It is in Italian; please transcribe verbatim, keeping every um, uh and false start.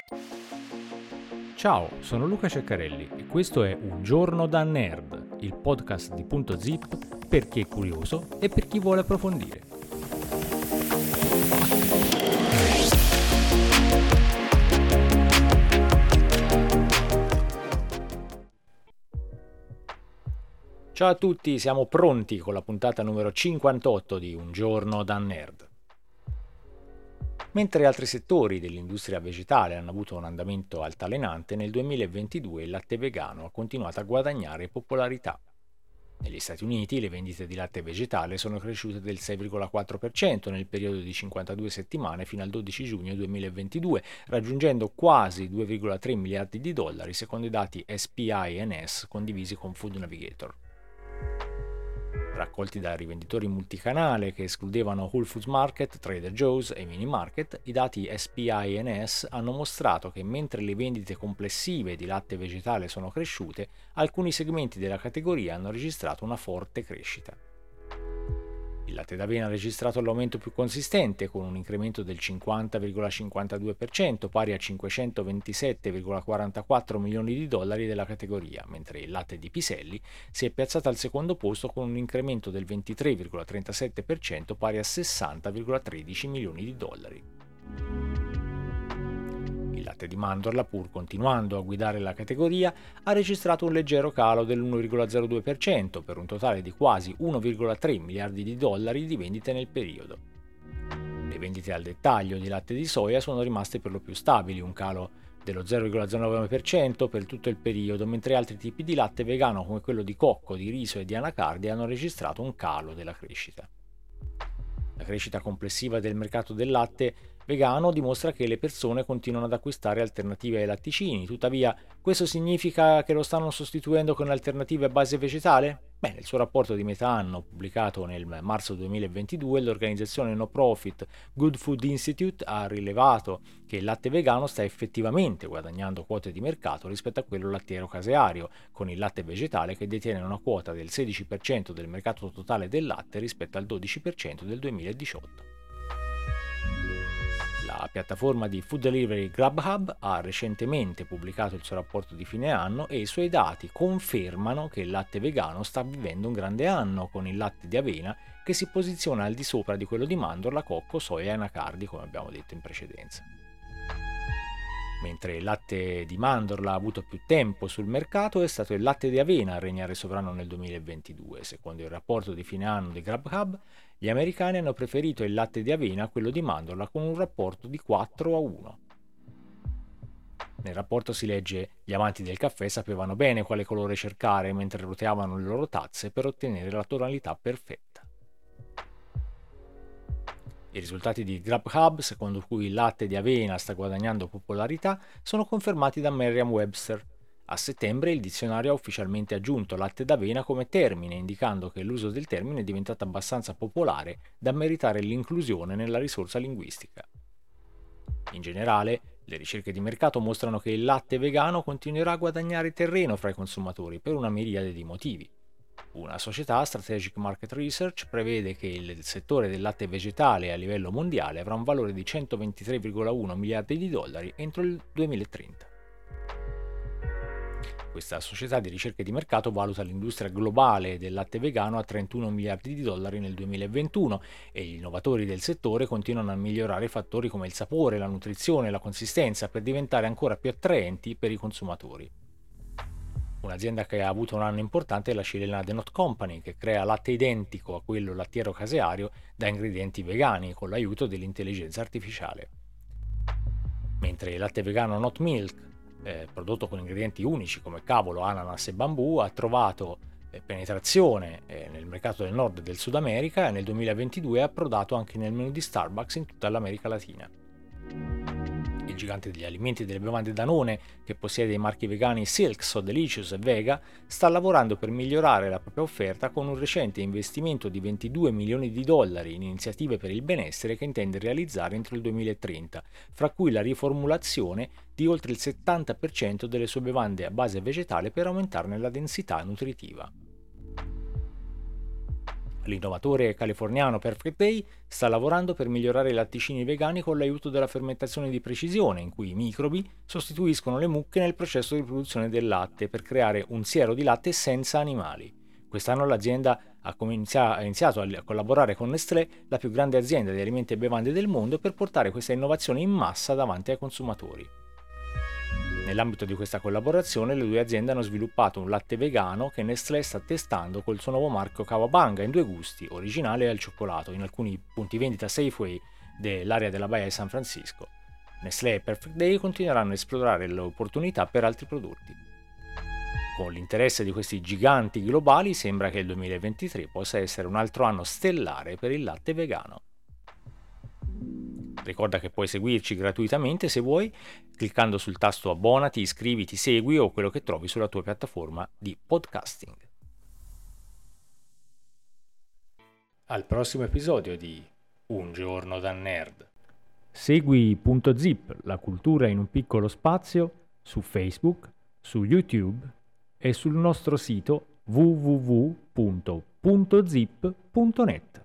Ciao, sono Luca Ceccarelli e questo è Un giorno da nerd, il podcast di Punto Zip per chi è curioso e per chi vuole approfondire. Ciao a tutti, siamo pronti con la puntata numero cinquantotto di Un giorno da nerd. Mentre altri settori dell'industria vegetale hanno avuto un andamento altalenante, nel duemilaventidue il latte vegano ha continuato a guadagnare popolarità. Negli Stati Uniti le vendite di latte vegetale sono cresciute del sei virgola quattro per cento nel periodo di cinquantadue settimane fino al dodici giugno duemilaventidue, raggiungendo quasi due virgola tre miliardi di dollari secondo i dati S P I N S condivisi con Food Navigator. Raccolti da rivenditori multicanale che escludevano Whole Foods Market, Trader Joe's e Mini Market, i dati S P I N S hanno mostrato che mentre le vendite complessive di latte vegetale sono cresciute, alcuni segmenti della categoria hanno registrato una forte crescita. Il latte d'avena ha registrato l'aumento più consistente, con un incremento del cinquanta virgola cinquantadue per cento, pari a cinquecentoventisette virgola quarantaquattro milioni di dollari della categoria, mentre il latte di piselli si è piazzato al secondo posto con un incremento del ventitré virgola trentasette per cento, pari a sessanta virgola tredici milioni di dollari. Il latte di mandorla, pur continuando a guidare la categoria, ha registrato un leggero calo dell'uno virgola zero due per cento per un totale di quasi uno virgola tre miliardi di dollari di vendite nel periodo. Le vendite al dettaglio di latte di soia sono rimaste per lo più stabili, un calo dello zero virgola zero nove per cento per tutto il periodo, mentre altri tipi di latte vegano come quello di cocco, di riso e di anacardi hanno registrato un calo della crescita. La crescita complessiva del mercato del latte vegano dimostra che le persone continuano ad acquistare alternative ai latticini, tuttavia questo significa che lo stanno sostituendo con alternative a base vegetale? Beh, nel suo rapporto di metà anno pubblicato nel marzo duemilaventidue, l'organizzazione no profit Good Food Institute ha rilevato che il latte vegano sta effettivamente guadagnando quote di mercato rispetto a quello lattiero caseario, con il latte vegetale che detiene una quota del sedici per cento del mercato totale del latte rispetto al dodici per cento del duemiladiciotto. La piattaforma di food delivery Grubhub ha recentemente pubblicato il suo rapporto di fine anno e i suoi dati confermano che il latte vegano sta vivendo un grande anno, con il latte di avena che si posiziona al di sopra di quello di mandorla, cocco, soia e anacardi, come abbiamo detto in precedenza. Mentre il latte di mandorla ha avuto più tempo sul mercato, è stato il latte di avena a regnare sovrano nel duemilaventidue. Secondo il rapporto di fine anno di Grubhub, gli americani hanno preferito il latte di avena a quello di mandorla con un rapporto di quattro a uno. Nel rapporto si legge: gli amanti del caffè sapevano bene quale colore cercare mentre roteavano le loro tazze per ottenere la tonalità perfetta. I risultati di Grubhub, secondo cui il latte di avena sta guadagnando popolarità, sono confermati da Merriam-Webster. A settembre il dizionario ha ufficialmente aggiunto latte d'avena come termine, indicando che l'uso del termine è diventato abbastanza popolare da meritare l'inclusione nella risorsa linguistica. In generale, le ricerche di mercato mostrano che il latte vegano continuerà a guadagnare terreno fra i consumatori per una miriade di motivi. Una società, Strategic Market Research, prevede che il settore del latte vegetale a livello mondiale avrà un valore di centoventitré virgola uno miliardi di dollari entro il duemilatrenta. Questa società di ricerche di mercato valuta l'industria globale del latte vegano a trentuno miliardi di dollari nel duemilaventuno e gli innovatori del settore continuano a migliorare fattori come il sapore, la nutrizione e la consistenza per diventare ancora più attraenti per i consumatori. Un'azienda che ha avuto un anno importante è la cilena The Knot Company, che crea latte identico a quello lattiero caseario da ingredienti vegani con l'aiuto dell'intelligenza artificiale. Mentre il latte vegano Knot Milk, eh, prodotto con ingredienti unici come cavolo, ananas e bambù, ha trovato eh, penetrazione eh, nel mercato del nord e del Sud America e nel duemilaventidue è approdato anche nel menù di Starbucks in tutta l'America Latina. Il gigante degli alimenti e delle bevande Danone, che possiede i marchi vegani Silk, So Delicious e Vega, sta lavorando per migliorare la propria offerta con un recente investimento di ventidue milioni di dollari in iniziative per il benessere che intende realizzare entro il duemilatrenta, fra cui la riformulazione di oltre il settanta per cento delle sue bevande a base vegetale per aumentarne la densità nutritiva. L'innovatore californiano Perfect Day sta lavorando per migliorare i latticini vegani con l'aiuto della fermentazione di precisione, in cui i microbi sostituiscono le mucche nel processo di produzione del latte per creare un siero di latte senza animali. Quest'anno l'azienda ha, comincia- ha iniziato a collaborare con Nestlé, la più grande azienda di alimenti e bevande del mondo, per portare questa innovazione in massa davanti ai consumatori. Nell'ambito di questa collaborazione, le due aziende hanno sviluppato un latte vegano che Nestlé sta testando col suo nuovo marchio Kawabanga in due gusti, originale e al cioccolato, in alcuni punti vendita Safeway dell'area della Baia di San Francisco. Nestlé e Perfect Day continueranno a esplorare le opportunità per altri prodotti. Con l'interesse di questi giganti globali, sembra che il duemilaventitré possa essere un altro anno stellare per il latte vegano. Ricorda che puoi seguirci gratuitamente se vuoi, cliccando sul tasto abbonati, iscriviti, segui o quello che trovi sulla tua piattaforma di podcasting. Al prossimo episodio di Un giorno da nerd. Segui Punto Zip, la cultura in un piccolo spazio, su Facebook, su YouTube e sul nostro sito w w w punto punto zip punto net.